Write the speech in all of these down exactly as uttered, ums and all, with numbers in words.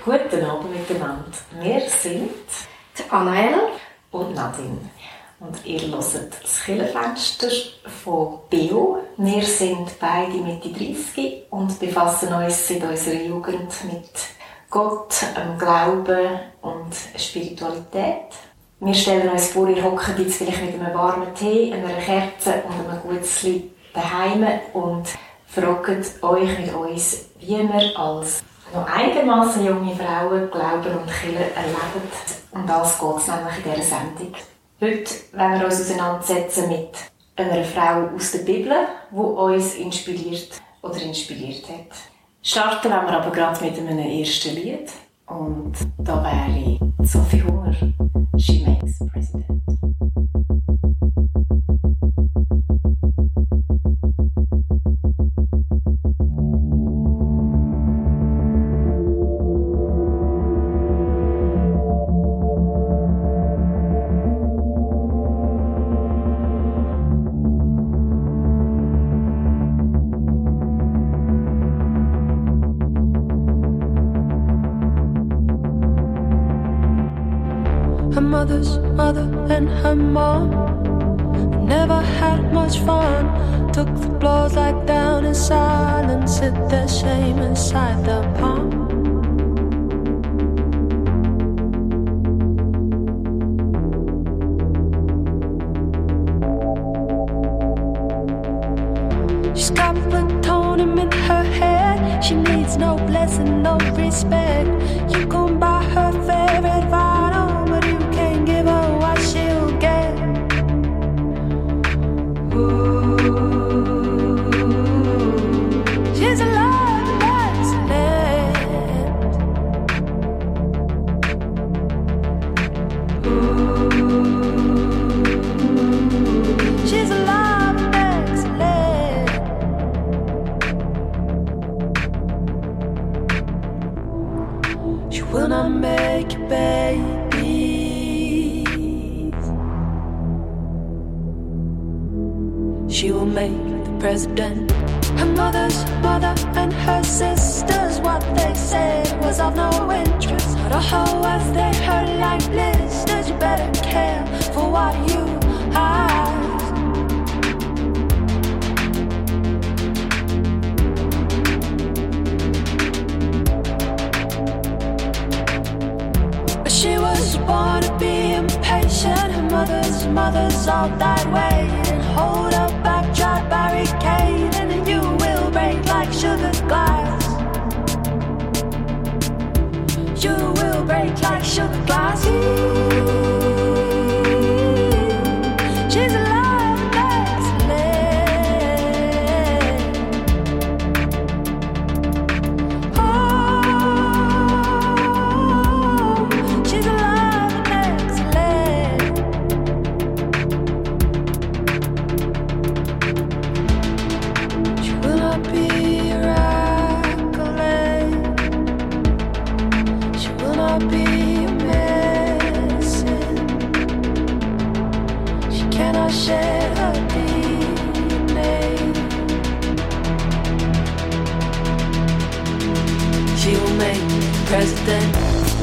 Guten Abend miteinander. Wir sind Anael und Nadine. Und ihr hört das Kirchenfenster von B O. Wir sind beide Mitte dreißig und befassen uns seit unserer Jugend mit Gott, dem Glauben und Spiritualität. Wir stellen uns vor, ihr hockt jetzt vielleicht mit einem warmen Tee, einer Kerze und einem Gutzli daheim und fragt euch mit uns, wie wir als noch einigermaßen junge Frauen Glauben und Kirche erleben. Um das geht es nämlich in dieser Sendung. Heute wollen wir uns auseinandersetzen mit einer Frau aus der Bibel, die uns inspiriert oder inspiriert hat. Starten wollen wir aber gerade mit einem ersten Lied. Und da wäre Sophie Hunger, She Makes President. Her mother's mother and her mom never had much fun. Took the blows like down in silence, hid their shame inside their palm. She's got plutonium in her head. She needs no blessing, no respect. You can buy her favorite vinyl, but you can't give her what she'll get. Ooh, she's a love that's left. Ooh, she's a love that's left. She will not make you babies. She will make the president. Her mother's mother and her sisters, what they said was of no interest. But oh, as they hurt like blisters, you better care for what you have. She was born to be impatient. Her mother's mother's all that way. And hold up back, try barricade, and then you will break like sugar glass. You will break like sugar glass. She's a love that's left. Oh, she's a love that's left. She will not be a accolade. She will not be a medicine. She cannot share her D N A. She will make the president.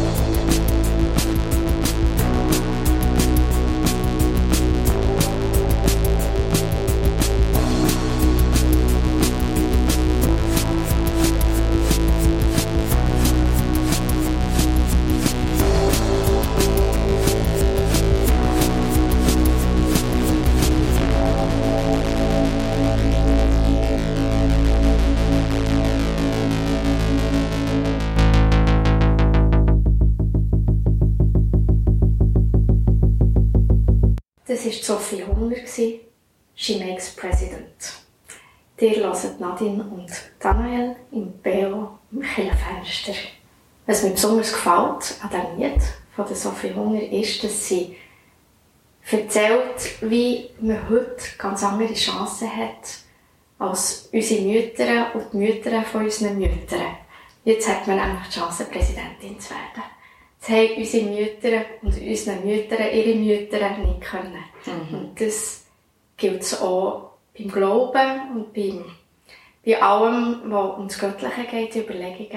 Das war Sophie Hunger, She Makes President. Ihr hört Nadine und Daniel im B O im Kirchenfenster. Was mir besonders gefällt an diesem Lied von der Sophie Hunger ist, dass sie erzählt, wie man heute ganz andere Chancen hat als unsere Mütter und die Mütter von unseren Müttern. Jetzt hat man nämlich die Chance, Präsidentin zu werden. Das haben unsere Mütter und unsere Mütter ihre Mütter nicht können. Mhm. Und das gilt es auch beim Glauben und beim, bei allem, was um das Göttliche geht, die Überlegungen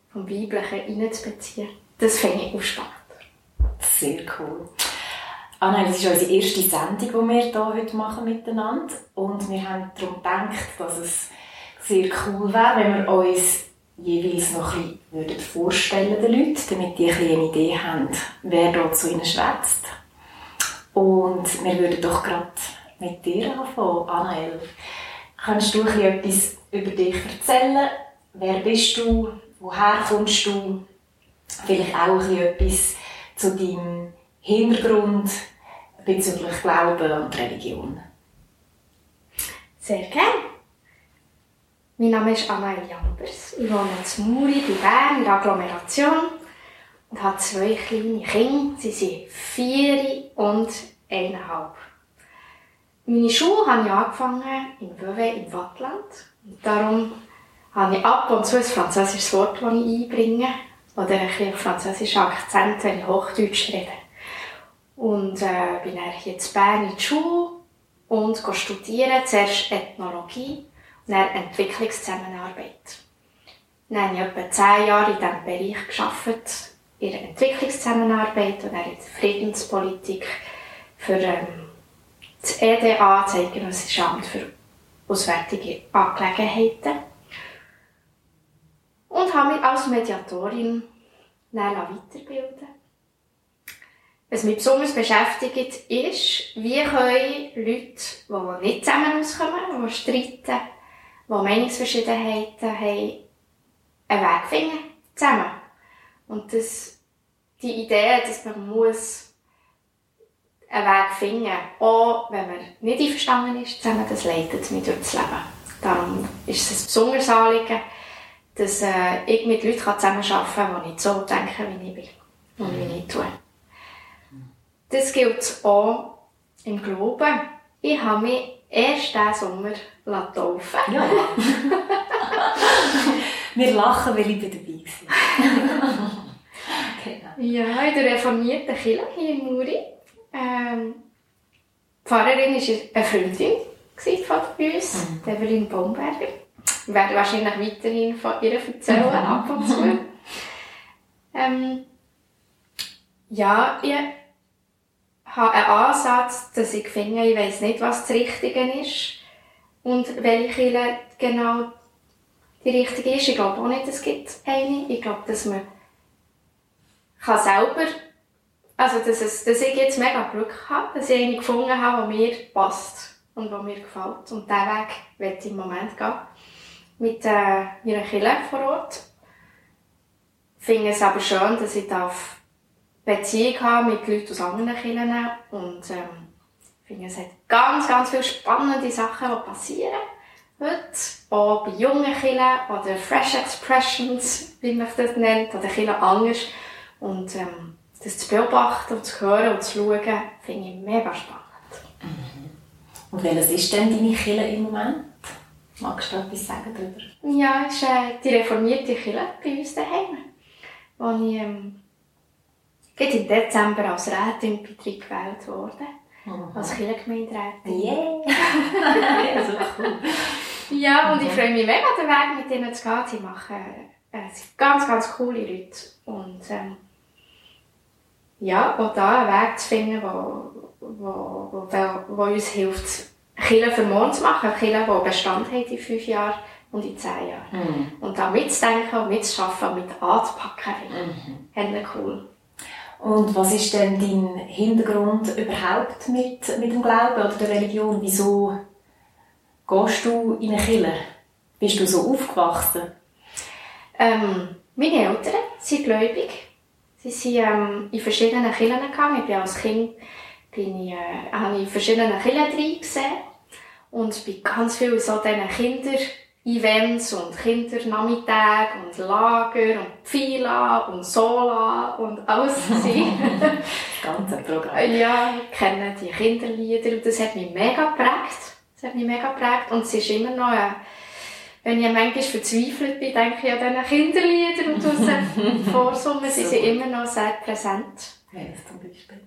vom Weiblichen hineinzubeziehen. Das finde ich auch spannend. Sehr cool. Anna, das ist unsere erste Sendung, die wir hier heute machen miteinander. Und wir haben darum gedacht, dass es sehr cool wäre, wenn wir uns jeweils noch ein bisschen vorstellen den Leuten, damit die eine Idee haben, wer hier zu ihnen schwätzt. Und wir würden doch gerade mit dir anfangen, Annael. Kannst du etwas über dich erzählen? Wer bist du? Woher kommst du? Vielleicht auch etwas zu deinem Hintergrund bezüglich Glauben und Religion. Sehr gerne. Mein Name ist Annael Jambers. Ich wohne in Muri bei Bern in der Agglomeration und habe zwei kleine Kinder. Sie sind vier und eineinhalb. Meine Schule habe ich angefangen in Vevey im Wattland. Und darum habe ich ab und zu ein französisches Wort, das ich einbringe. Oder ein bisschen französischer Akzent, wenn ich Hochdeutsch rede. Und äh, bin dann hier in Bern in die Schule und studiere zuerst Ethnologie und dann Entwicklungszusammenarbeit. Dann habe ich etwa zehn Jahre in diesem Bereich gearbeitet, in der Entwicklungszusammenarbeit und dann in der Friedenspolitik für ähm, das E D A, das Eidgenössische Amt für Auswärtige Angelegenheiten. Und habe mich als Mediatorin weiterbilden. Was mich besonders beschäftigt ist, wie können Leute, die nicht zusammen auskommen, die streiten, die Meinungsverschiedenheiten haben, einen Weg finden, zusammen. Und das, die Idee, dass man muss einen Weg finden muss, auch wenn man nicht einverstanden ist, zusammen, das leitet mich durch das Leben. Darum ist es ein besonderes Anliegen, dass äh, ich mit Leuten zusammenarbeiten kann, die nicht so denken, wie ich bin und wie ich tue. Das gilt auch im Glauben. Ich habe mich erst diesen Sommer taufen lassen. Ja. Wir lachen, weil ich dabei war. Genau. Ja, in der reformierten Kirche hier in Muri. Ähm, die Pfarrerin war eine Freundin von uns, mhm. Evelyn Baumberger. Ich werde wahrscheinlich weiterhin von ihr erzählen, ab und zu. Ähm, ja, ich habe einen Ansatz, dass ich finde, ich weiss nicht, was das Richtige ist und welche Kirche genau die richtige ist. Ich glaube auch nicht, es gibt eine. Ich glaube, dass man kann selber, also dass, es, dass ich jetzt mega Glück habe, dass ich eine gefunden habe, die mir passt und die mir gefällt. Und diesen Weg will ich im Moment gehen. Mit äh, meiner Kirche vor Ort. Ich finde es aber schön, dass ich darf Beziehung habe mit Leuten aus anderen Kirchen. Und ähm, ich finde, es hat ganz, ganz viele spannende Sachen, die passieren heute. Auch bei jungen Kirchen oder Fresh Expressions, wie man das nennt, oder Kirchen anders. Und ähm, das zu beobachten und zu hören und zu schauen, finde ich mega spannend. Mhm. Und welches ist denn deine Kirche im Moment? Magst du etwas sagen darüber? Ja, es ist äh, die reformierte Kirche bei uns daheim, wo ich ähm, im Dezember als Rätin in Betrieb gewählt wurde. Mhm. Als Kirchengemeinderätin. Yeah! Ja, so cool. Ja, und ich freue mich mega, den Weg mit ihnen zu gehen. Sie machen äh, sind ganz, ganz coole Leute. Und ähm, ja, auch da einen Weg zu finden, wo, wo, wo, wo, wo uns hilft, Kirche für morgen zu machen. Kirche, die Bestand hat in fünf Jahren und in zehn Jahren. Mhm. Und da mitzudenken und mitzuschaffen und mit anzupacken, finde ich mhm. cool. Und was ist denn dein Hintergrund überhaupt mit, mit dem Glauben oder der Religion? Wieso gehst du in eine Kirche? Bist du so aufgewachsen? Ähm, meine Eltern sind gläubig. Sie sind ähm, in verschiedenen Kirchen gegangen. Ich bin als Kind bin ich, äh, habe ich in verschiedenen Kirchen reingesehen. Und bei ganz vielen so diesen Kinder-Events und Kindernachmittage und Lager und Pfila und Sola und alles gewesen. Das ganze Programm. Ja, ich kenne die Kinderlieder und das hat mich mega geprägt. Das hat mich mega geprägt und es ist immer noch, äh, wenn ich manchmal verzweifelt bin, denke ich an diese Kinderlieder und aus vorsummen, sie sind immer noch sehr präsent. Welches zum Beispiel?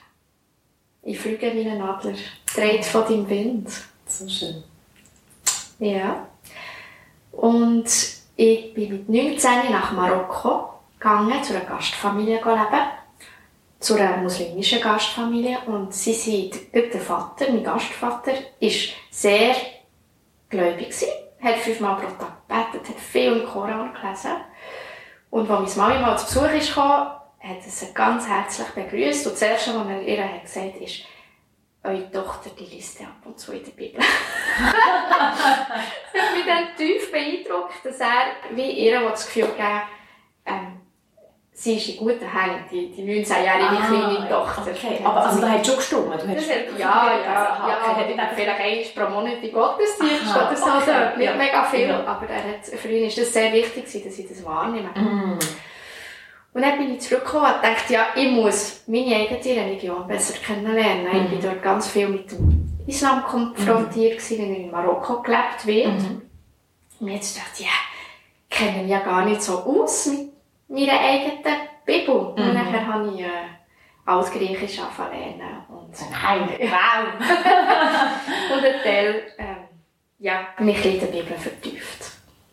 Ich fliege wie ein Adler, dreht von deinem Wind. So schön. Ja. Und ich bin mit neunzehn nach Marokko gegangen, zu einer Gastfamilie leben. Zu einer muslimischen Gastfamilie. Und sie sind, der Vater, mein Gastvater, war sehr gläubig gewesen, hat fünfmal pro Tag gebetet, hat viel im Koran gelesen. Und als meine Mami mal zu Besuch kam, hat er sie ganz herzlich begrüßt. Und das Erste, was er ihr hat gesagt hat, ist, eure Tochter, die liest ab und zu in der Bibel. Das hat mich dann tief beeindruckt, dass er, wie ihr das Gefühl gegeben ähm, sie ist in guten Händen, die, die neunzehnjährige ah, kleine Tochter. Okay. Aber also, da hat schon gestimmt? Du hast hat, ja, ja, ja. ja okay. Er hat vielleicht einmal pro Monat in Gottesdienst oder so. Okay. Nicht ja. mega viel, ja. aber er hat, für ihn ist das sehr wichtig, dass ich das wahrnehme. Mm. Und dann bin ich zurückgekommen und dachte, ja, ich muss meine eigene Religion besser kennenlernen. Mm. Ich war dort ganz viel mit dem Islam konfrontiert, mm. wenn ich in Marokko gelebt wird. Mm. Und jetzt dachte ich, ja, ich kenne mich ja gar nicht so aus mit meiner eigenen Bibel. Mm. Und nachher habe ich äh, Altgriechisch angefangen und Nein, wow! und ein Teil, ähm, ja, mich in der Bibel vertieft.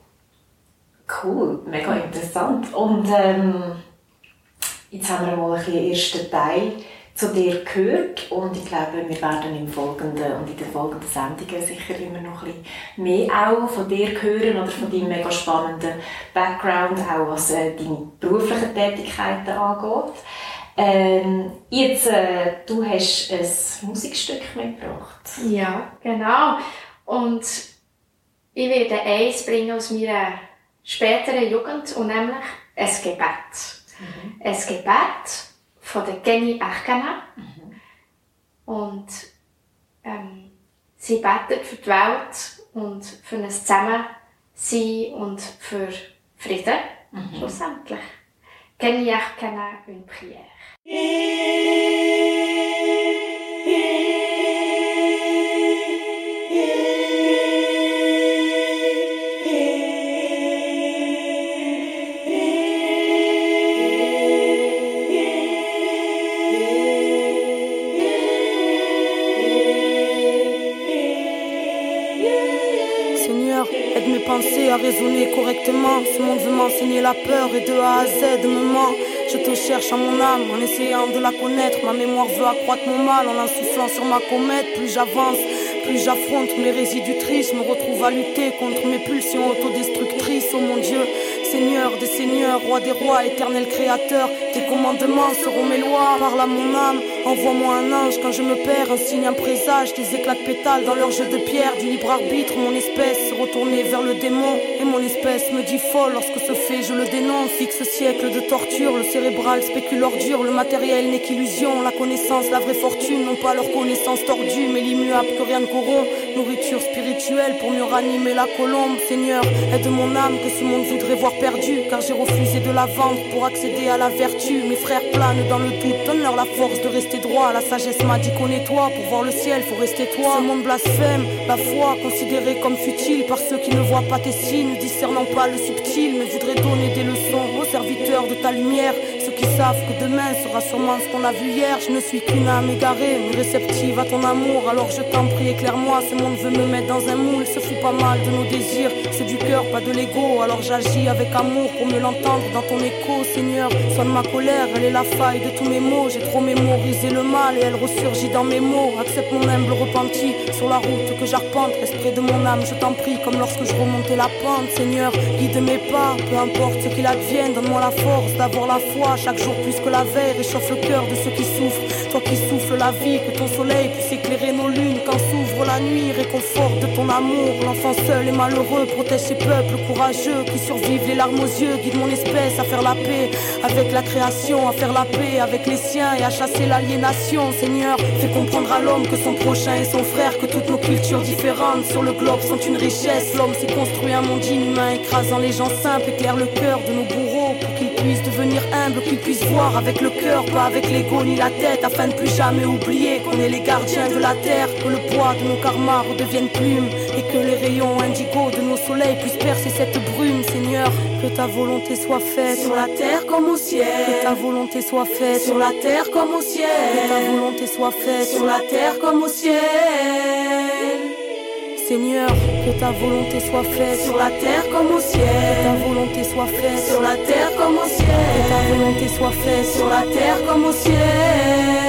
Cool, mega interessant. Und ähm, jetzt haben wir mal einen ersten Teil zu dir gehört und ich glaube, wir werden im folgenden und in den folgenden Sendungen sicher immer noch ein bisschen mehr auch von dir hören oder von deinem mega spannenden Background, auch was äh, deine beruflichen Tätigkeiten angeht. Ähm, jetzt, äh, du hast ein Musikstück mitgebracht. Ja, genau. Und ich werde eins bringen aus meiner späteren Jugend und nämlich ein Gebet. Mhm. Ein Gebet von der Geni Achkana. Mhm. Und ähm, sie betet für die Welt und für ein Zusammensein und für Frieden, mhm. schlussendlich. Geni Achkana, une prière. Aide mes pensées à raisonner correctement. Ce monde veut m'enseigner la peur et de A à Z me ment. Je te cherche en mon âme en essayant de la connaître. Ma mémoire veut accroître mon mal en insoufflant sur ma comète. Plus j'avance, plus j'affronte mes résidus tristes. Me retrouve à lutter contre mes pulsions autodestructrices. Oh mon Dieu, Seigneur des seigneurs, roi des rois, éternel créateur. Tes commandements seront mes lois. Parle à mon âme, envoie-moi un ange quand je me perds. Un signe, un présage, des éclats de pétales dans leur jeu de pierre. Du libre arbitre, mon espèce retournée vers le démon. Et mon espèce me dit folle lorsque ce fait je le dénonce. Fixe siècle de torture, le cérébral spécule ordure. Le matériel n'est qu'illusion, la connaissance, la vraie fortune. Non pas leur connaissance tordue, mais l'immuable que rien ne corrompt. Nourriture spirituelle pour mieux ranimer la colombe. Seigneur, aide mon âme que ce monde voudrait voir perdue. Car j'ai refusé de la vendre pour accéder à la vertu. Mes frères planent dans le doute, donne-leur la force de rester droit. La sagesse m'a dit connais-toi, pour voir le ciel faut rester toi. Ce monde blasphème, la foi considérée comme futile par ceux qui ne voient pas tes signes, discernant pas le subtil, mais voudraient donner des leçons aux serviteurs de ta lumière. Ceux qui savent que demain sera sûrement ce qu'on a vu hier. Je ne suis qu'une âme égarée, mais réceptive à ton amour. Alors je t'en prie, éclaire-moi, ce monde veut me mettre dans un moule. Se fout pas mal de nos désirs, c'est du cœur, pas de l'ego. Alors j'agis avec amour pour mieux l'entendre dans ton écho. Seigneur, sonne ma colère, elle est la faille de tous mes mots. J'ai trop mémorisé le mal et elle ressurgit dans mes mots. Accepte mon humble repenti sur la route que j'arpente. Reste près de mon âme, je t'en prie, comme lorsque je remontais la pente. Seigneur, guide mes pas, peu importe ce qu'il advienne. Donne-moi la force d'avoir la foi chaque jour plus que la veille. Réchauffe le cœur de ceux qui souffrent. Toi qui souffles la vie, que ton soleil puisse éclairer nos lunes quand s'ouvre la nuit. Réconforte de ton amour l'enfant seul et malheureux. Protège ces peuples courageux qui survivent les larmes aux yeux. Guide mon espèce à faire la paix avec la création, à faire la paix avec les siens et à chasser l'aliénation. Seigneur, fais comprendre à l'homme que son prochain est son frère, que toutes nos cultures différentes sur le globe sont une richesse. L'homme s'est construit un monde inhumain, écrasant les gens simples. Éclaire le cœur de nos bourreaux pour qu'ils puissent devenir humbles, qu'ils puissent voir avec le cœur, pas avec l'ego ni la tête, afin de plus jamais oublier qu'on est les gardiens de la terre. Que le poids de nos karmas redevienne plume et que les rayons indigo de nos soleils puissent percer cette brume. Seigneur, que ta volonté soit faite sur la terre comme au ciel. Que ta volonté soit faite sur la terre comme au ciel. Que ta volonté soit faite sur la terre comme au ciel. Seigneur, que ta volonté soit faite sur la terre comme au ciel. Que ta volonté soit faite sur la terre comme au ciel. Que ta volonté soit faite sur la terre comme au ciel.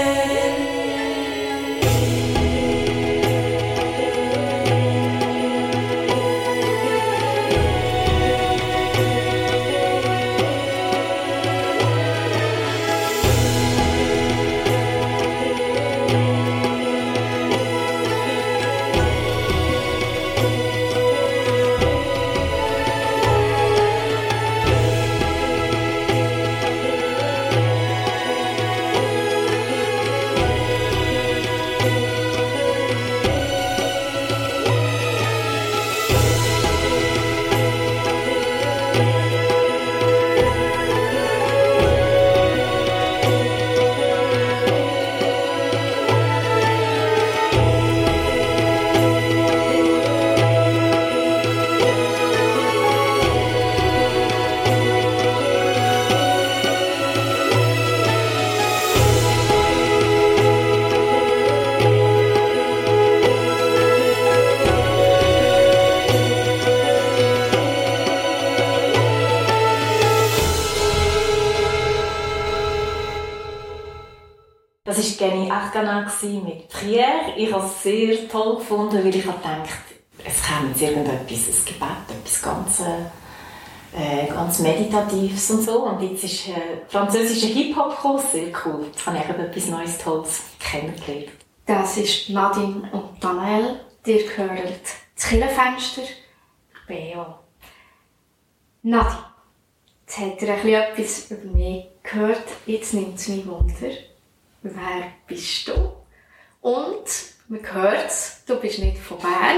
Das war Kenny Achgana mit Prière. Ich habe es sehr toll gefunden, weil ich dachte, es käme jetzt irgendetwas, ein Gebet, etwas ganz, äh, ganz Meditatives und so. Und jetzt ist äh, französischer Hip-Hop gekommen, sehr cool. Jetzt habe ich etwas Neues, Tolles kennengelernt. Das ist Nadine und Daniel. Ihr hört das Kirchenfenster. B O. Nadine, jetzt habt ihr ein bisschen etwas über mich gehört. Jetzt nimmt es mich Wunder. Wer bist du? Und man hört es, du bist nicht von Bern.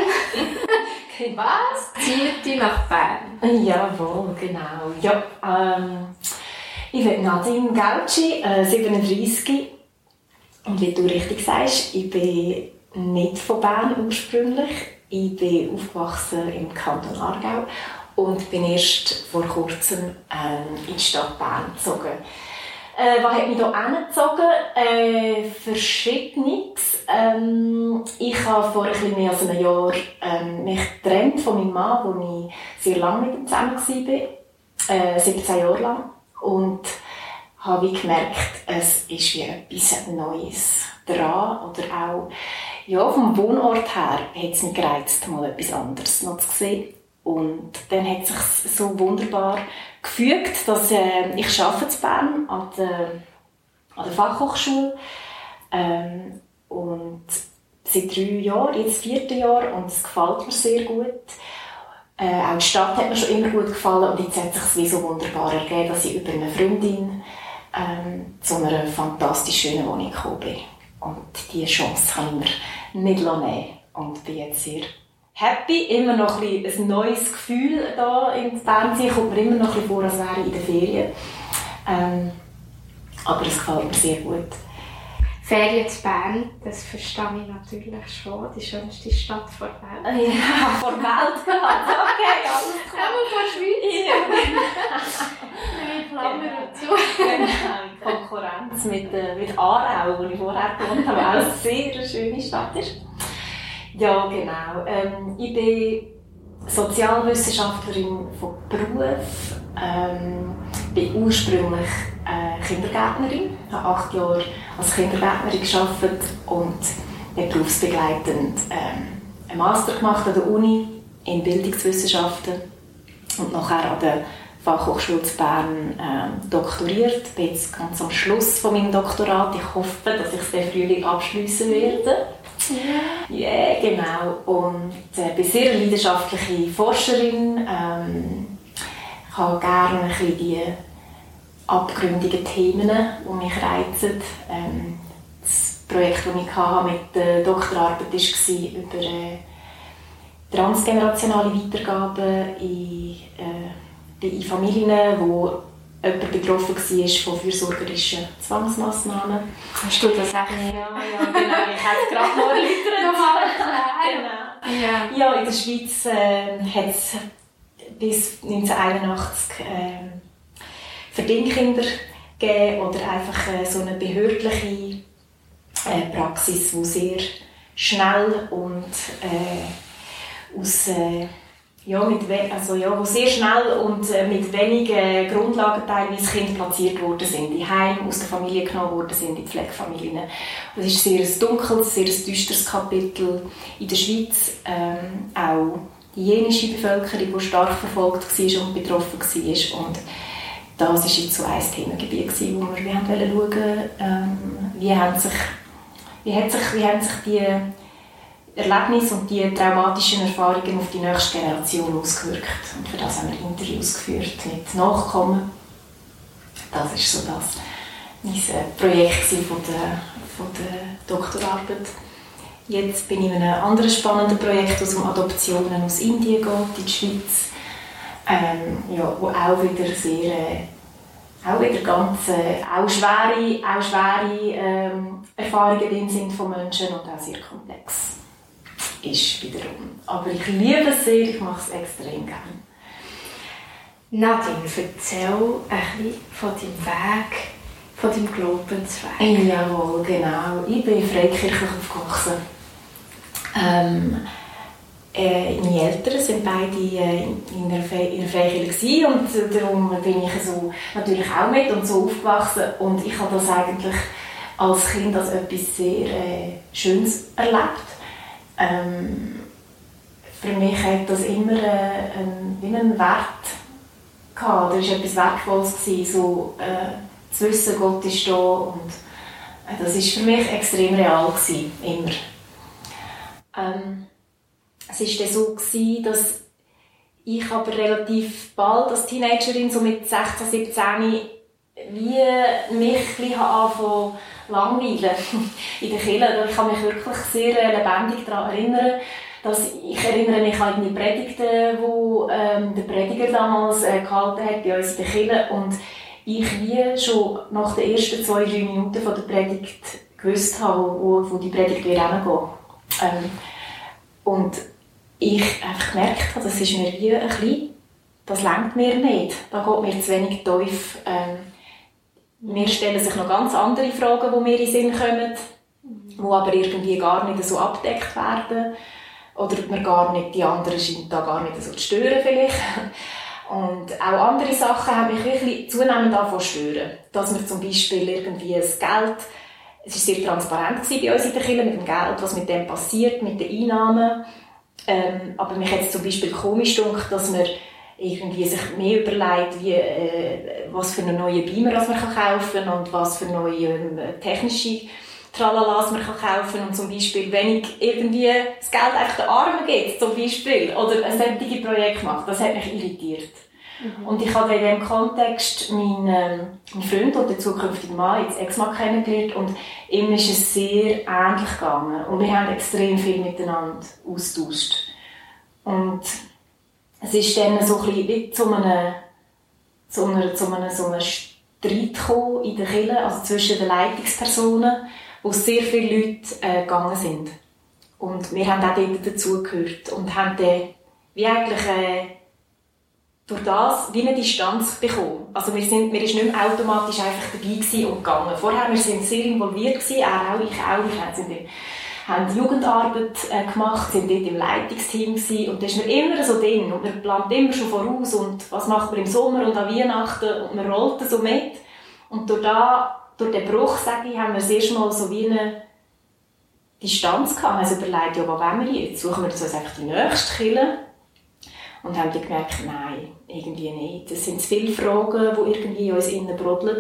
Was? Zieht dich nach Bern? Jawohl, genau. Ja, ähm, ich bin Nadine Gauci, äh, siebenunddreissig. Und wie du richtig sagst, ich bin nicht von Bern ursprünglich. Ich bin aufgewachsen im Kanton Aargau und bin erst vor kurzem ähm, in die Stadt Bern gezogen. Äh, was hat mich hier hingezogen? Äh, Verschiedenes. Ähm, ich habe vor ein bisschen mehr als einem Jahr ähm, mich getrennt von meinem Mann, wo ich sehr lange mit ihm zusammen war, äh, siebzehn Jahre lang. Und habe gemerkt, es ist wie etwas Neues dran. Oder auch ja, vom Wohnort her hat es mich gereizt, mal etwas anderes noch zu sehen. Und dann hat es sich so wunderbar gefügt, dass äh, ich arbeite in Bern an der, an der Fachhochschule ähm, und seit drei Jahren, jetzt vierte Jahr, und es gefällt mir sehr gut. Äh, auch die Stadt hat mir schon immer gut gefallen und jetzt hat es sich wie so wunderbar ergeben, dass ich über eine Freundin ähm, zu einer fantastisch schönen Wohnung gekommen bin. Und diese Chance kann ich mir nicht nehmen und bin jetzt sehr happy, immer noch ein, ein neues Gefühl hier in Bern. Kommt mir immer noch ein vor, als wäre ich in den Ferien. Ähm, aber es gefällt mir sehr gut. Ferien zu Bern, das verstehe ich natürlich schon. Die schönste Stadt der Welt. Ja, vor der Welt gerade. Okay, alles klar. Aber vor der Schweiz. Nein, Klammer dazu. Genau, in Konkurrenz mit, äh, mit Aarau, wo ich vorher gewohnt habe, auch eine sehr schöne Stadt ist. Ja, genau. Ähm, ich bin Sozialwissenschaftlerin von Beruf. Ähm, bin ursprünglich äh, Kindergärtnerin. Ich habe acht Jahre als Kindergärtnerin gearbeitet und habe berufsbegleitend ähm, einen Master gemacht an der Uni in Bildungswissenschaften und nachher an der Fachhochschule zu Bern ähm, doktoriert. Ich bin jetzt ganz am Schluss von meinem Doktorat. Ich hoffe, dass ich es den Frühling abschliessen werde. Ja, yeah, genau. Und äh, bin sehr eine leidenschaftliche Forscherin. Ähm, ich habe gerne ein bisschen die abgründigen Themen, die mich reizen. Ähm, das Projekt, das ich hatte mit der Doktorarbeit war über äh, transgenerationale Weitergabe in, äh, in Familien, wo jemand betroffen war von fürsorgerischen Zwangsmassnahmen. Hast du das auch? Ja, ja, genau. Ich habe es gerade noch erläutert. Genau. Ja. Ja, in der Schweiz äh, hat es bis neunzehnhunderteinundachtzig äh, Verdingkinder gegeben oder einfach äh, so eine behördliche äh, Praxis, die sehr schnell und äh, aus äh, ja, mit we- also, ja, wo sehr schnell und äh, mit wenigen Grundlagen teilweise Kinder platziert worden sind, in Heim aus der Familie genommen worden sind, in Pflegefamilien. Das ist sehr ein dunkles, sehr ein düsteres Kapitel in der Schweiz. Ähm, auch die jenische Bevölkerung, die stark verfolgt war und betroffen war. Und das war jetzt so ein Themengebiet, wo wir, wir haben schauen, ähm, wie, haben sich, wie, hat sich, wie haben sich die Erlebnisse und die traumatischen Erfahrungen auf die nächste Generation ausgewirkt. Und für das haben wir Interviews geführt mit Nachkommen. Das war so das mein Projekt von der, von der Doktorarbeit. Jetzt bin ich in einem anderen spannenden Projekt, das um Adoptionen aus Indien geht, in die Schweiz. Ähm, ja, wo auch wieder sehr, äh, auch wieder ganz, äh, auch schwere, auch schwere ähm, Erfahrungen drin sind von Menschen und auch sehr komplex ist wiederum. Aber ich liebe es sehr, ich mache es extrem gerne. Nadine, erzähl ein bisschen von deinem Weg, von deinem Glaubensweg. Jawohl, genau. Ich bin freikirchlich aufgewachsen. Ähm, äh, meine Eltern waren beide äh, in der Freikirche und darum bin ich so natürlich auch mit und so aufgewachsen. Und ich habe das eigentlich als Kind als etwas sehr äh, Schönes erlebt. Ähm, für mich hat das immer äh, ein, wie einen Wert gehabt. Da war etwas Wertvolles gewesen, so äh, zu wissen, Gott ist da und äh, das war für mich extrem real gewesen, immer. Ähm, es war dann so gewesen, dass ich aber relativ bald als Teenagerin, so mit sechzehn, siebzehn, wie mich ein bisschen langweilen in der Kirche. Ich kann mich wirklich sehr lebendig daran erinnern, dass ich erinnere mich an die Predigten, die ähm, der Prediger damals äh, gehalten hat bei uns in der Kirche und ich wie schon nach den ersten zwei, drei Minuten von der Predigt gewusst habe, wo, wo die Predigt wird hingehen. Ähm, und ich einfach gemerkt habe, das ist mir wie ein bisschen, das reicht mir nicht, da geht mir zu wenig tief. Ähm, Mir stellen sich noch ganz andere Fragen, die mir in den Sinn kommen, die aber irgendwie gar nicht so abgedeckt werden. Oder man gar nicht, die anderen scheinen da gar nicht so zu stören vielleicht. Und auch andere Sachen haben mich wirklich zunehmend angefangen zu stören. Dass wir zum Beispiel irgendwie das Geld, es war sehr transparent bei uns in der Kirche mit dem Geld, was mit dem passiert, mit den Einnahmen. Ähm, aber mich hat es zum Beispiel komisch gedacht, dass man irgendwie sich mehr überlegt, wie, äh, was für einen neuen Beamer man kann kaufen kann und was für neue äh, technische Tralalas man kann kaufen kann. Und zum Beispiel, wenn ich irgendwie das Geld einfach den Armen gibt, zum Beispiel, oder ein solches Projekt mache, das hat mich irritiert. Mhm. Und ich habe in diesem Kontext meinen, ähm, meinen Freund und den zukünftigen Mann, jetzt Ex-Mann, kennengelernt und ihm ist es sehr ähnlich gegangen. Und wir haben extrem viel miteinander austauscht. Und es ist dann so ein bisschen zu einem, zu einem, zu einem, so einem Streit gekommen in der Kirche, also zwischen den Leitungspersonen, wo sehr viele Leute äh, gegangen sind. Und wir haben auch dort dazugehört und haben dann wie eigentlich äh, durch das wie eine Distanz bekommen. Also wir sind, wir sind nicht mehr automatisch einfach dabei gewesen und gegangen. Vorher wir sind sehr involviert gewesen, er auch, ich auch, wir sind in haben Jugendarbeit äh, gemacht, sind dort im Leitungsteam gewesen, und da ist man immer so drin und man plant immer schon voraus und was macht man im Sommer und an Weihnachten und man rollt so mit. Und durch, da, durch den Bruch, sage ich, haben wir das erste Mal so wie eine Distanz gehabt. Wir haben uns überlegt, ja, wo wollen wir jetzt? Suchen wir uns einfach die nächste Kirche? Und haben dann gemerkt, nein, irgendwie nicht. Es sind zu viele Fragen, die irgendwie in uns innen brodeln.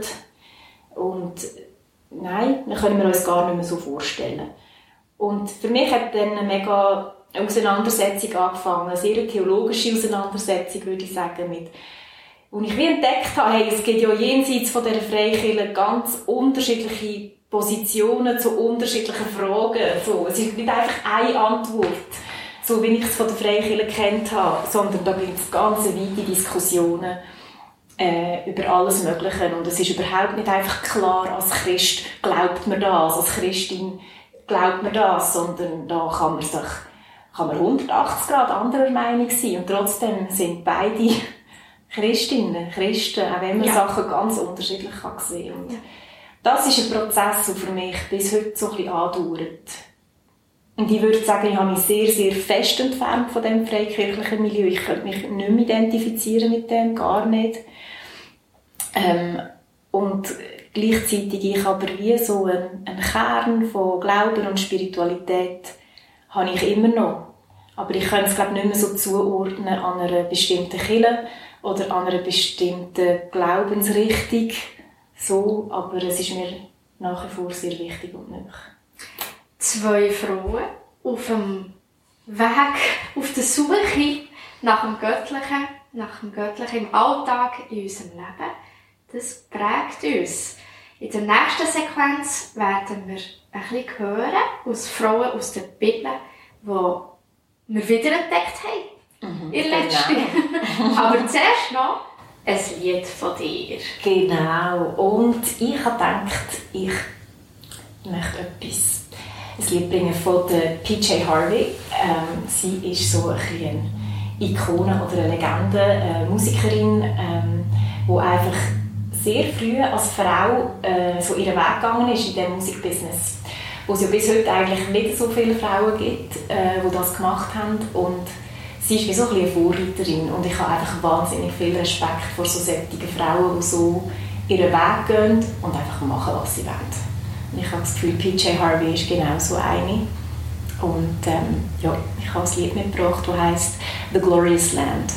Und nein, das können wir uns gar nicht mehr so vorstellen. Und für mich hat dann eine mega Auseinandersetzung angefangen, eine sehr theologische Auseinandersetzung, würde ich sagen, mit, wo ich wie entdeckt habe, hey, es gibt ja jenseits von dieser Freikirche ganz unterschiedliche Positionen zu unterschiedlichen Fragen. So, es ist nicht einfach eine Antwort, so wie ich es von der Freikirche kennt habe, sondern da gibt es ganz weite Diskussionen äh, über alles Mögliche. Und es ist überhaupt nicht einfach klar, als Christ glaubt man das, als Christin glaubt man das, sondern da kann man sich, kann man hundertachtzig Grad anderer Meinung sein. Und trotzdem sind beide Christinnen, Christen, auch wenn man ja. Sachen ganz unterschiedlich kann sehen kann. Und das ist ein Prozess, der für mich bis heute so ein bisschen andauert. Und ich würde sagen, ich habe mich sehr, sehr fest entfernt von dem freikirchlichen Milieu. Ich könnte mich nicht mehr identifizieren mit dem, gar nicht. Ähm, und gleichzeitig ich aber wie so einen, einen Kern von Glauben und Spiritualität habe ich immer noch. Aber ich kann es glaube nicht mehr so zuordnen an einer bestimmten Kirche oder an einer bestimmten Glaubensrichtung. So, aber es ist mir nach wie vor sehr wichtig und nötig. Zwei Frauen auf dem Weg, auf der Suche nach dem Göttlichen, nach dem Göttlichen im Alltag in unserem Leben. Das prägt uns. In der nächsten Sequenz werden wir ein bisschen hören aus Frauen aus der Bibel, die wir wiederentdeckt haben. Mhm, in der letzten. Genau. Aber zuerst noch ein Lied von dir. Genau. Und ich habe gedacht, ich möchte etwas, ein Lied bringen von der P J Harvey. Ähm, sie ist so ein bisschen eine Ikone oder eine Legende, eine Musikerin, ähm, die einfach sehr früh als Frau äh, so ihren Weg gegangen ist in diesem Musikbusiness. Wo es ja bis heute eigentlich nicht so viele Frauen gibt, äh, die das gemacht haben. Und sie ist wie so ein bisschen eine Vorreiterin. Und ich habe einfach wahnsinnig viel Respekt vor so solchen Frauen, die so ihren Weg gehen und einfach machen, was sie wollen. Und ich habe das Gefühl, P J Harvey ist genau so eine. Und ähm, ja, ich habe ein Lied mitgebracht, das heisst «The Glorious Land».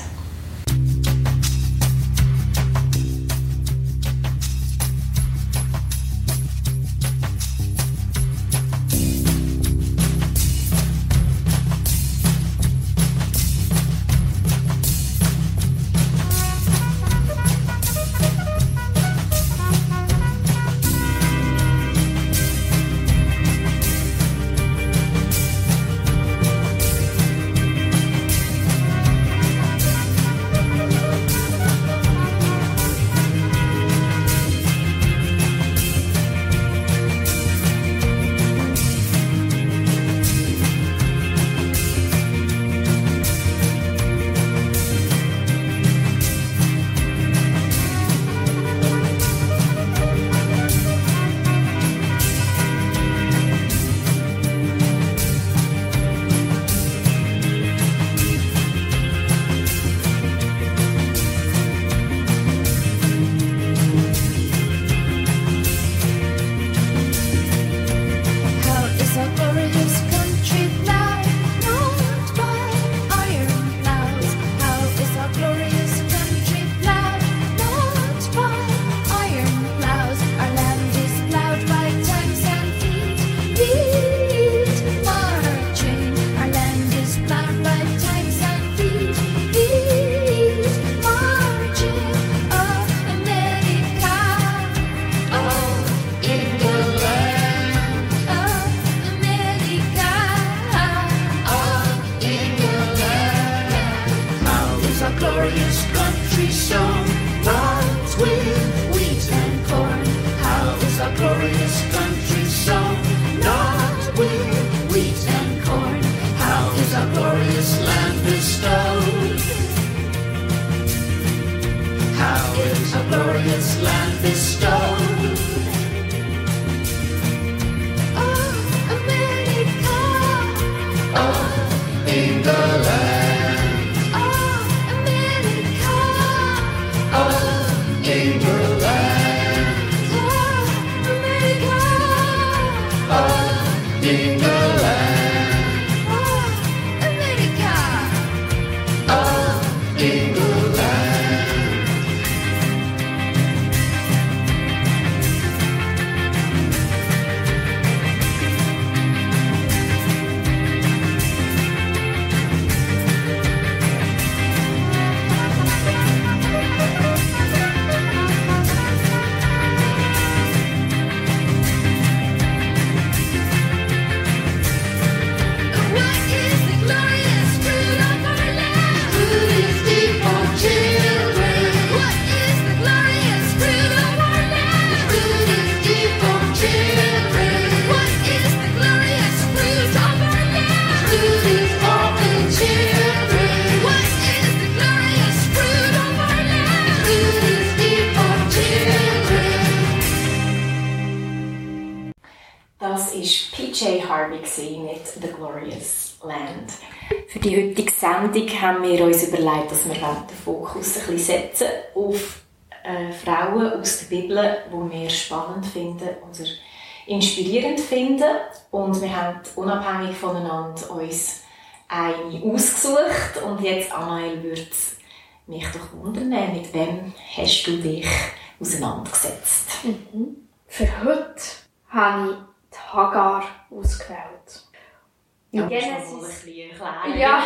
Das war P J Harvey mit «The Glorious Land». Für die heutige Sendung haben wir uns überlegt, dass wir den Fokus ein bisschen setzen auf äh, Frauen aus der Bibel, die wir spannend finden oder inspirierend finden. Und wir haben unabhängig voneinander uns eine ausgesucht. Und jetzt, Anael, würde es mich doch wundern, mit wem hast du dich auseinandergesetzt? Mhm. Für heute habe ich die Hagar ausgewählt. In Genesis, ja,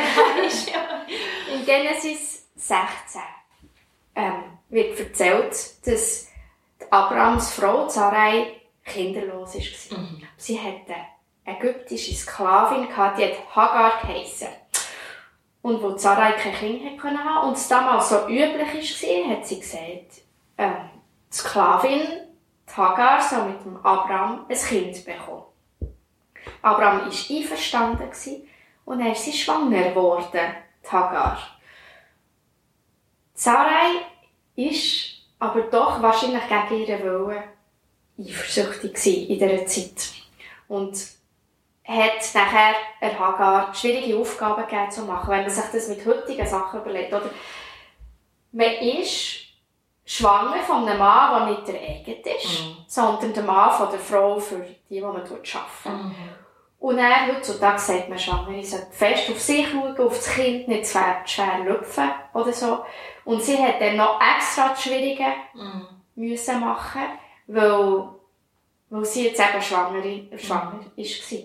in Genesis sechzehn ähm, wird erzählt, dass Abrahams Frau Sarai kinderlos war. Mhm. Sie hatte eine ägyptische Sklavin, die hat Hagar geheissen. Und wo Sarai kein Kind haben konnte und es damals so üblich war, hat sie gesagt, äh, die Sklavin, die Hagar, soll mit dem Abraham ein Kind bekommen. Abraham war einverstanden und dann ist sie schwanger geworden, die Hagar. Sarai war aber doch wahrscheinlich gegen ihren Willen eifersüchtig in dieser Zeit. Und hat nachher der Hagar schwierige Aufgaben gegeben zu machen, wenn man sich das mit heutigen Sachen überlegt. Oder man ist schwanger von einem Mann, der nicht der eigene ist, mhm. sondern der Mann von der Frau, für die, die man arbeitet. Mhm. Und er, heutzutage sagt man schwanger, ich sollte fest auf sich schauen, auf das Kind, nicht zu schwer lüpfen oder so. Und sie hat dann noch extra das Schwierige mhm. müssen machen, weil, weil sie jetzt eben schwanger, schwanger mhm. war.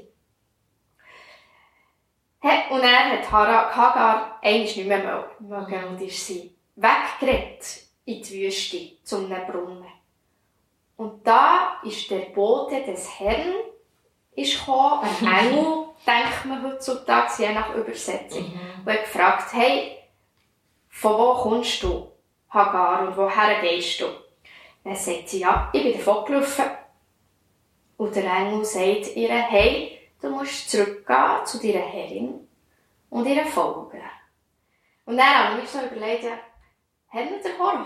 Und er hat Hagar eigentlich nicht mehr mögen und ist sie weggerannt in die Wüste zu einem Brunnen. Und da ist der Bote des Herrn ist gekommen, ein Engel, denkt man heutzutage, je nach Übersetzung, mhm. und hat gefragt, hey, von wo kommst du, Hagar, und woher gehst du? Dann sagt sie, ja, ich bin davon gelaufen. Und der Engel sagt ihr, hey, du musst zurückgehen zu deiner Herrin und ihr folgen. Und dann habe ich mir so überlegt, ja, haben wir den Horror?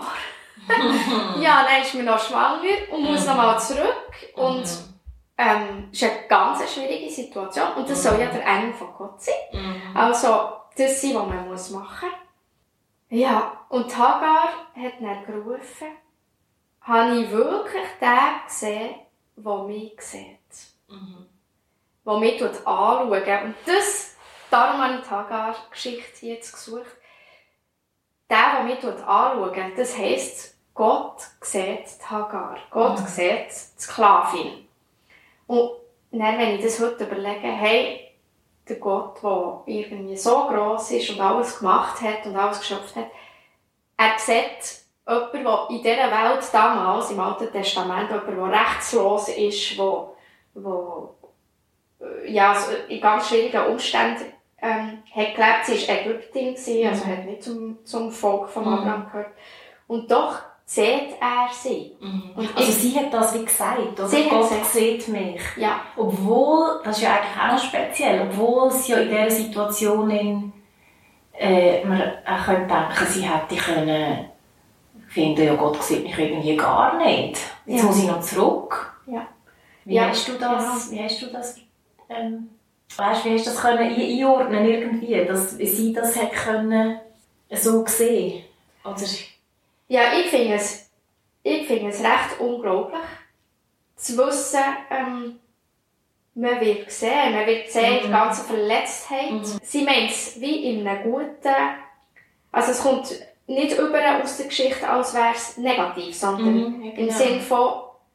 Ja, dann ist man noch schwanger und muss mhm. noch mal zurück. Und ähm, es ist eine ganz schwierige Situation. Und das mhm. soll ja der Engel von Gott sein. Mhm. Also, das ist, was man muss machen muss. Ja, und Hagar hat dann gerufen, habe ich wirklich den gesehen, der mich sieht. Mhm. Der mich anschaut. Und das, darum habe ich die Hagar-Geschichte jetzt gesucht. Der, der mich anschaut, das heisst, Gott sieht die Hagar. Gott mhm. sieht die Sklavin. Und dann, wenn ich das heute überlege, hey, der Gott, der irgendwie so gross ist und alles gemacht hat und alles geschöpft hat, er sieht jemanden, der in dieser Welt damals, im Alten Testament, jemand, der rechtslos ist, der, der ja, also in ganz schwierigen Umständen ähm, hat gelebt. Sie war Ägyptin, also mhm. hat nicht zum, zum Volk von Abraham mhm. gehört. Und doch sieht er sie. Mhm. Und also ich, sie hat das wie gesagt, oder? Sie Gott sieht mich. Ja. Obwohl, das ist ja eigentlich auch noch speziell, obwohl sie ja in dieser Situation in, äh, man auch könnte denken, sie hätte können finden, ja, Gott sieht mich irgendwie gar nicht. Jetzt ja. muss ich noch zurück. Ja. Wie ja. hast du das, ja. wie hast du das, ähm, weißt, wie hast du das können einordnen irgendwie, dass sie das hat können so sehen? Oder? Ja, ich finde es, ich finde es recht unglaublich, zu wissen, ähm, man wird gesehen, man wird gesehen, mhm. die ganze Verletztheit. Mhm. Sie meint es wie in einem guten, also es kommt nicht über aus der Geschichte, als wäre es negativ, sondern mhm, ja, genau. im Sinne von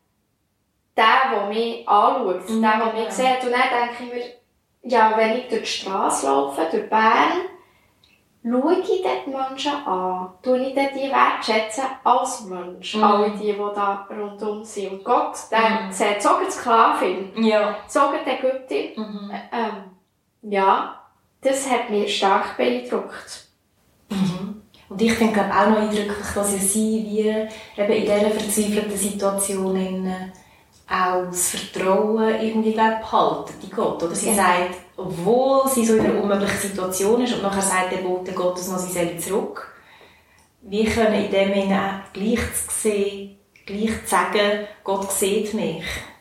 der, der mich anschaut, mhm, der, der mich ja. sieht. Und dann denke ich mir, ja, wenn ich durch die Straße laufe, durch Bern, schaue ich dort die Menschen an, tue ich dort die wertschätzen als Mensch, mhm. alle die, die da rundum sind. Und Gott, der mhm. sieht sogar die Sklavin, ja. sogar die Ägyptin. Mhm. Ähm, ja, das hat mich stark beeindruckt. Mhm. Und ich finde auch noch eindrücklich, dass ja sie wie eben in dieser verzweifelten Situation in, auch das Vertrauen irgendwie behalten in Gott. Oder sie ja. sagt, obwohl sie so in einer unmöglichen Situation ist und nachher sagt der Bote Gottes noch, sie soll zurück, wir können in dem Sinne gleich zu sehen, gleich zu sagen, Gott sieht mich.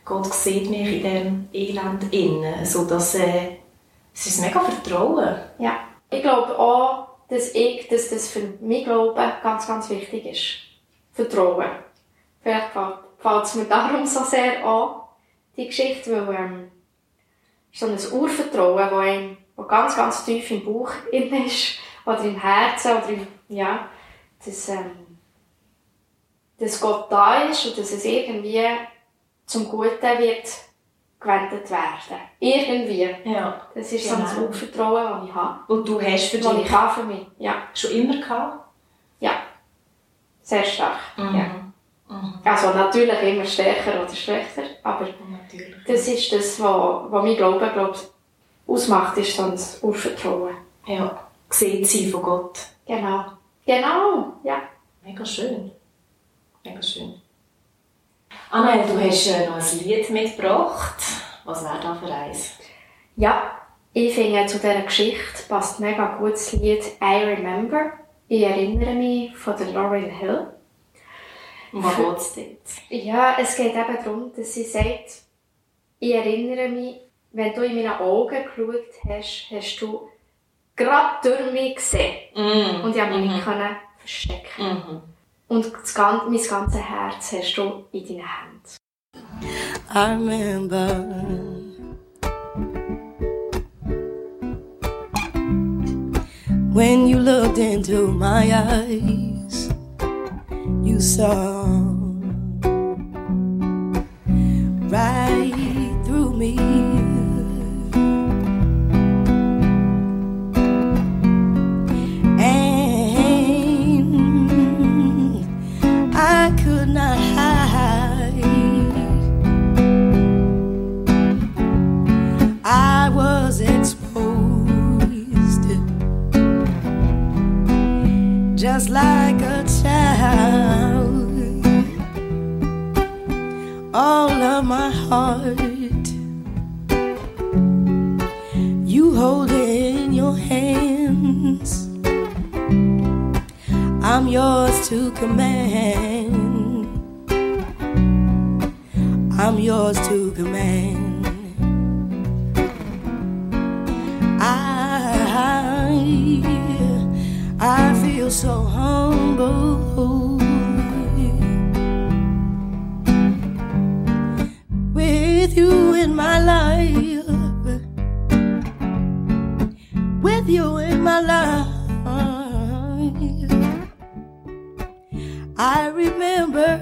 Gott sieht mich in diesem Elend innen, sodass äh, es ist mega Vertrauen. Ja, ich glaube auch, dass, ich, dass das für mich Glauben ganz, ganz wichtig ist. Vertrauen. Vielleicht gefällt es mir darum so sehr an, die Geschichte, weil ähm, so ein Urvertrauen, das einem das ganz, ganz tief im Bauch innen ist, oder im Herzen, oder im, ja, dass, ähm, dass Gott da ist und dass es irgendwie zum Guten wird gewendet werden. Irgendwie. Ja, das ist genau. So ein Urvertrauen, das ich habe. Und du hast für dich? Das ich habe für mich, ja. Schon immer gehabt? Ja. Sehr stark, mhm. ja. Mhm. Also natürlich immer stärker oder schwächer, aber natürlich. Das ist das, was, was mein Glaube, glaube ausmacht, ist so ein Urvertrauen. Ja, gesehen sein von Gott. Genau. Genau, ja. Mega schön. Mega schön. Anne, du hast äh, noch ein Lied mitgebracht. Was wäre da für eins? Ja, ich finde, zu dieser Geschichte passt mega gut das Lied «I Remember». Ich erinnere mich von der Lauryn Hill. Um was geht es dort? Ja, es geht eben darum, dass sie sagt, ich erinnere mich, wenn du in meine Augen geschaut hast, hast du gerade durch mich gesehen. Mm. Und ich konnte mich mm. nicht verstecken. Mm-hmm. Und das ganze, mein ganzes Herz hast du in deinen Händen. I remember when you looked into my eyes, you saw right through me. Just like a child, all of my heart you hold it in your hands. I'm yours to command. I'm yours to command. I feel so humble with you in my life, with you in my life. I remember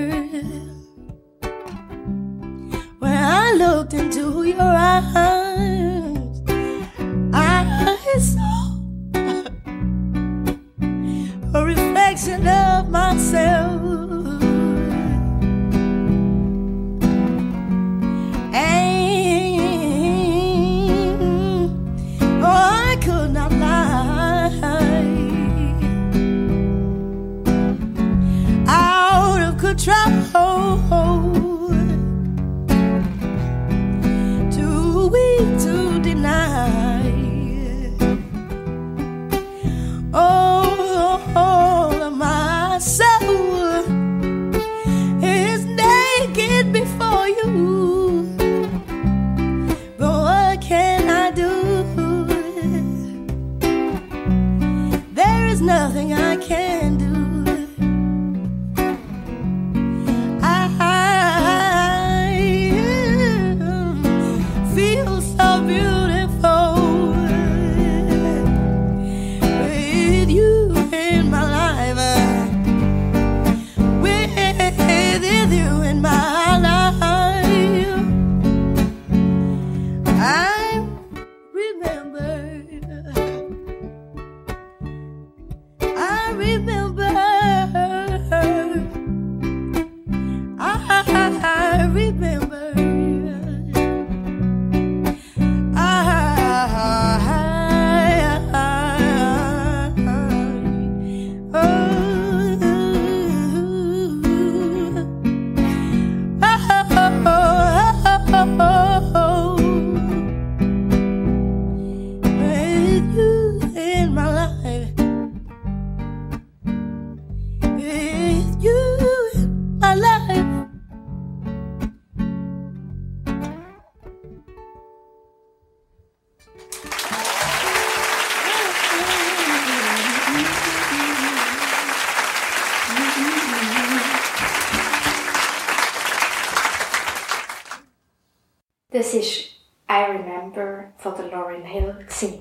when I looked into your eyes, I saw a reflection of myself, and oh, I could not lie. Out of control, too weak to deny. Oh, all of my soul is naked before you. But what can I do? There is nothing I can do. I feel so beautiful with you in my life, with you in my life. I remember, I remember, I remember. Das war «I Remember» von der Lauryn Hill.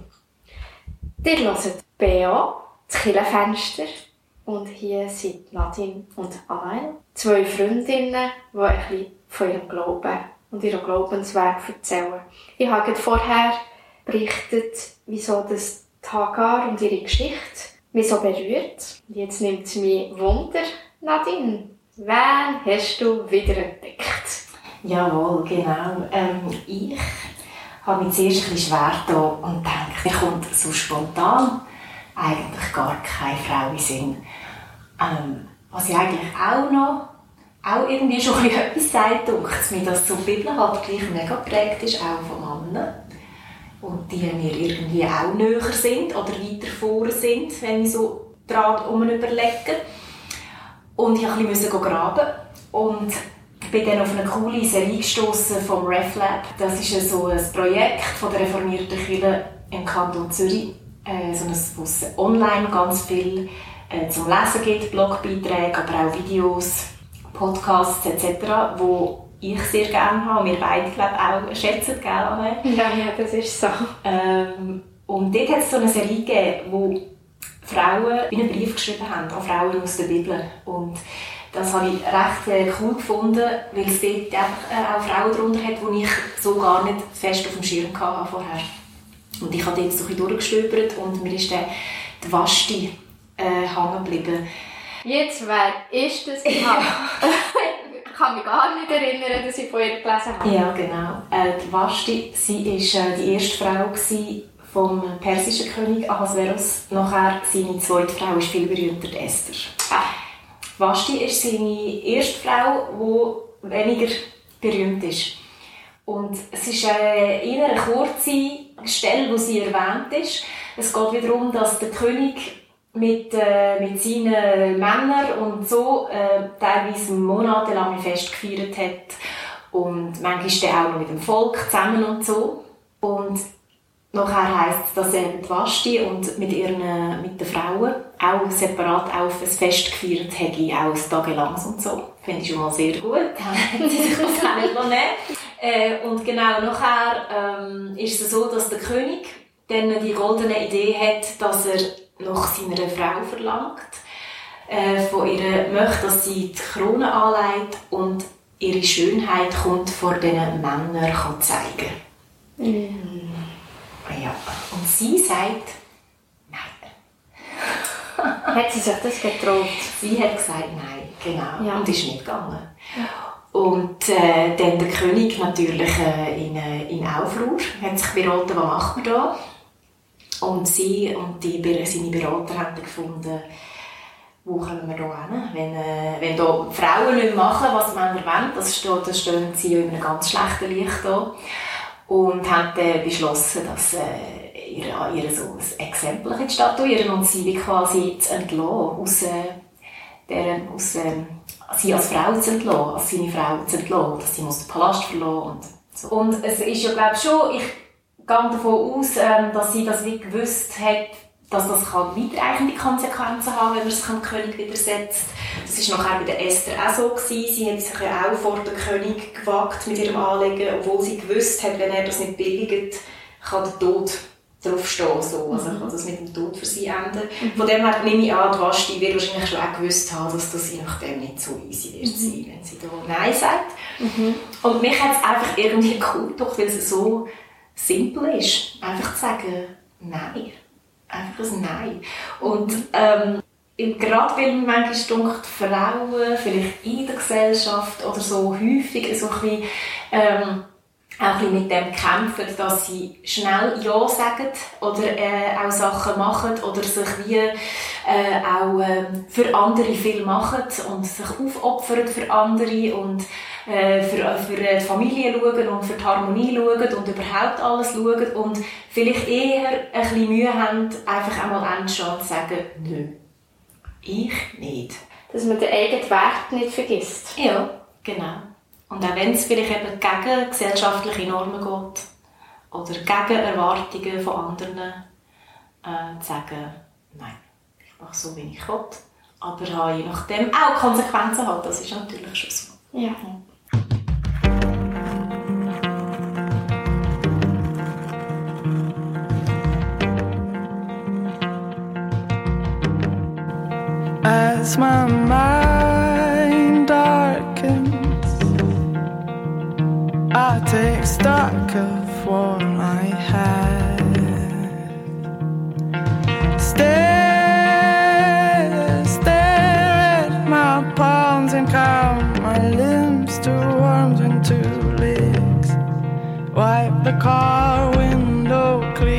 Ihr hört B O, das Kirchenfenster. Und hier sind Nadine und Alain, zwei Freundinnen, die ein bisschen von ihrem Glauben und ihrem Glaubensweg erzählen. Ich habe gerade vorher berichtet, wieso das Hagar und ihre Geschichte mich so berührt. Und jetzt nimmt es mich Wunder, Nadine. Wen hast du wiederentdeckt? Jawohl, genau. Ähm, ich habe mich zuerst ein bisschen schwer getan und denke, mir kommt so spontan eigentlich gar keine Frau in Sinn. Ähm, was ich eigentlich auch noch, auch irgendwie schon ein bisschen etwas sagt, denkt mir, dass so die Bibel halt gleich mega geprägt ist, auch von Männern. Und die mir irgendwie auch näher sind oder weiter vor sind, wenn ich so dran überlege. Und ich musste ein bisschen graben. Und ich bin dann auf eine coole Serie gestossen vom RefLab. Das ist so ein Projekt von der reformierten Kirche im Kanton Zürich. Äh, so ein, wo es online ganz viel äh, zum Lesen gibt, Blogbeiträge, aber auch Videos, Podcasts et cetera, wo ich sehr gerne habe, wir beide glaube auch schätzen, gell, Anne? Ja, ja, das ist so. Ähm, und dort hat es so eine Serie gegeben, wo Frauen einen Brief geschrieben haben, an Frauen aus der Bibel. Und das habe ich recht äh, cool gefunden, weil es dort einfach, äh, auch Frauen darunter hat, die ich so gar nicht fest auf dem Schirm hatte vorher. Und ich habe dort so ein bisschen durchgestöbert und mir ist der die Vashti äh, hängen geblieben. Jetzt, wer ist das? Ich kann mich gar nicht erinnern, dass ich von ihr gelesen habe. Ja, genau. Äh, die Vashti, sie war äh, die erste Frau vom persischen König Ahasveros. Nachher seine zweite Frau ist viel berühmter, die Esther. Ah. Vashti ist seine erste Frau, die weniger berühmt ist. Und es ist äh, eher eine kurze Stelle, wo sie erwähnt ist. Es geht wieder darum, dass der König mit, äh, mit seinen Männern und so äh, teilweise monatelang Fest gefeiert hat. Und manchmal auch noch mit dem Volk zusammen und so. Und nachher heisst es, dass er mit Vashti und mit, ihren, mit den Frauen auch separat auf ein Fest gefeiert hat, auch tagelang und so. Finde ich schon mal sehr gut. Haben sie sich das auch nicht nehmen. Äh, und genau, nachher ähm, ist es so, dass der König dann die goldene Idee hat, dass er nach seiner Frau verlangt, äh, von ihr möchte, dass sie die Krone anlegt und ihre Schönheit kommt vor diesen Männern kann zeigen. Mm. Ja. Und sie sagt, nein. Hat sie sich das getraut? Sie hat gesagt, nein, genau. Ja. Und ist nicht gegangen. Ja. Und äh, dann der König natürlich äh, in, äh, in Aufruhr, hat sich beraten, was macht man da? Und sie und die, seine Berater haben gefunden, wo kommen wir da hin? Wenn, äh, wenn da Frauen nicht machen, was Männer wollen, das steht, das stehen sie in einem ganz schlechten Licht da. Und haben äh, beschlossen, dass äh, ihr, ihr so ein Exempel statuieren und sie quasi zu entlassen, aus, äh, deren, aus äh, sie als Frau zu entlassen, als seine Frau zu entlassen, dass sie muss den Palast verlassen und so. Und es ist ja, glaube ich, schon, ich gehe davon aus, ähm, dass sie das wie gewusst hat, dass das kann weitreichende Konsequenzen haben, wenn man sich dem König widersetzt. Das war nachher bei der Esther auch so gewesen. Sie hat sich ja auch vor den König gewagt mit ihrem Anliegen, obwohl sie gewusst hat, wenn er das nicht billigt, kann der Tod draufstehen. So. Also kann das mit dem Tod für sie enden. Mhm. Von dem her nehme ich an, die Vashti wird wahrscheinlich schon auch gewusst haben, dass das je nachdem nicht so easy wird sein, mhm. wenn sie da Nein sagt. Mhm. Und mich hat es einfach irgendwie cool gedacht, weil es so simpel ist, einfach zu sagen, nein. Einfach ein Nein. Und ähm, gerade weil mir manchmal denkt, Frauen, vielleicht in der Gesellschaft oder so häufig so ein bisschen, ähm, auch ein bisschen mit dem kämpfen, dass sie schnell Ja sagen oder äh, auch Sachen machen oder sich wie äh, auch äh, für andere viel machen und sich aufopfern für andere und äh, für, für die Familie schauen und für die Harmonie schauen und überhaupt alles schauen und vielleicht eher ein bisschen Mühe haben, einfach einmal anzuschauen und sagen, nö, ich nicht. Dass man den eigenen Wert nicht vergisst. Ja, genau. Und auch wenn es vielleicht eben gegen gesellschaftliche Normen geht oder gegen Erwartungen von anderen, äh, zu sagen, nein, ich mache so, wie ich will, aber habe je nachdem auch Konsequenzen hat, das ist natürlich schon so. Ja. as my mind darkens, I take stock of what I had. Stare, stare at my palms and count my limbs to arms and to legs. Wipe the car window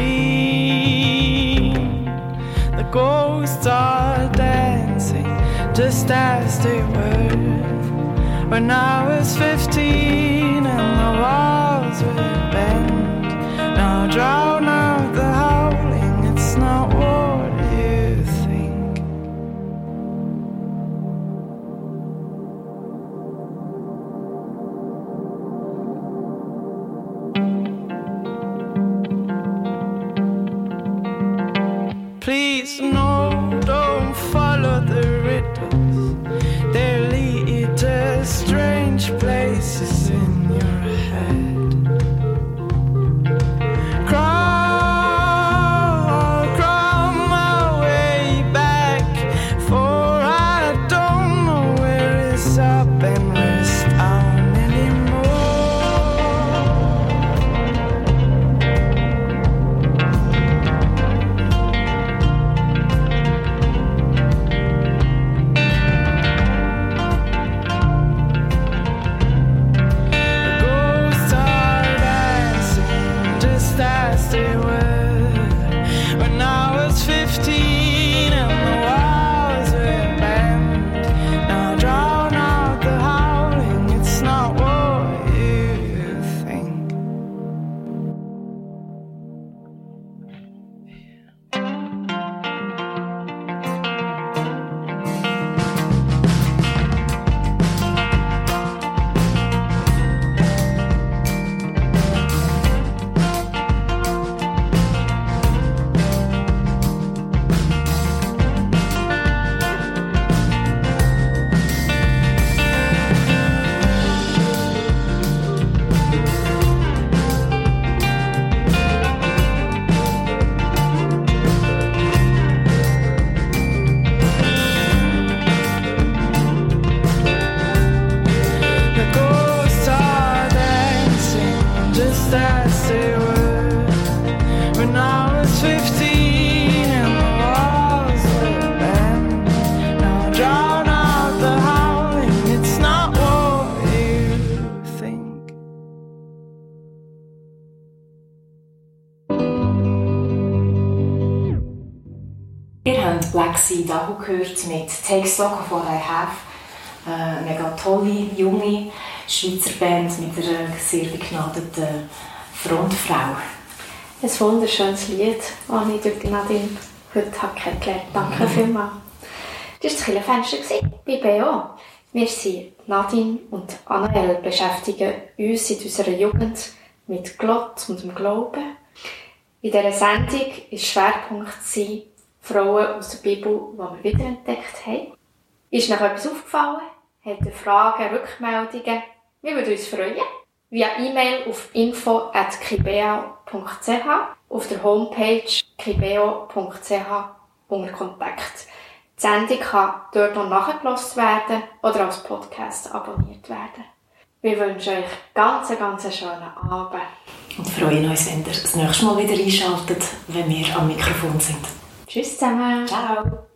clean. The ghosts are dancing just as they were when I was fifteen and the walls were bent. Now drown out the howling, it's not what you think. Please no, don't follow the riddles. They lead to strange places in your head. Crawl, crawl my way back, for I don't know where it's up and where it's down anymore. Black Sea Dahu gehört mit Take Stock of What I Have. Eine mega tolle, junge Schweizer Band mit einer sehr begnadeten Frontfrau. Ein wunderschönes Lied, das ich durch Nadine heute kennengelernt habe. Danke vielmals. Das war das Kirchenfenster bei B O. Wir sind Nadine und Anael, beschäftigen uns in unserer Jugend mit Gott und dem Glauben. In dieser Sendung war der Schwerpunkt Frauen aus der Bibel, die wir wiederentdeckt haben. Ist noch etwas aufgefallen? Habt ihr Fragen, Rückmeldungen? Wir würden uns freuen. Via E-Mail auf info at kibeo punkt c h, auf der Homepage kibeo punkt c h unter Kontakt. Die Sendung kann dort noch nachgehört werden oder als Podcast abonniert werden. Wir wünschen euch ganz, ganz schönen Abend. Und freuen uns, wenn ihr das nächste Mal wieder einschaltet, wenn wir am Mikrofon sind. Tschüss zusammen. Ciao.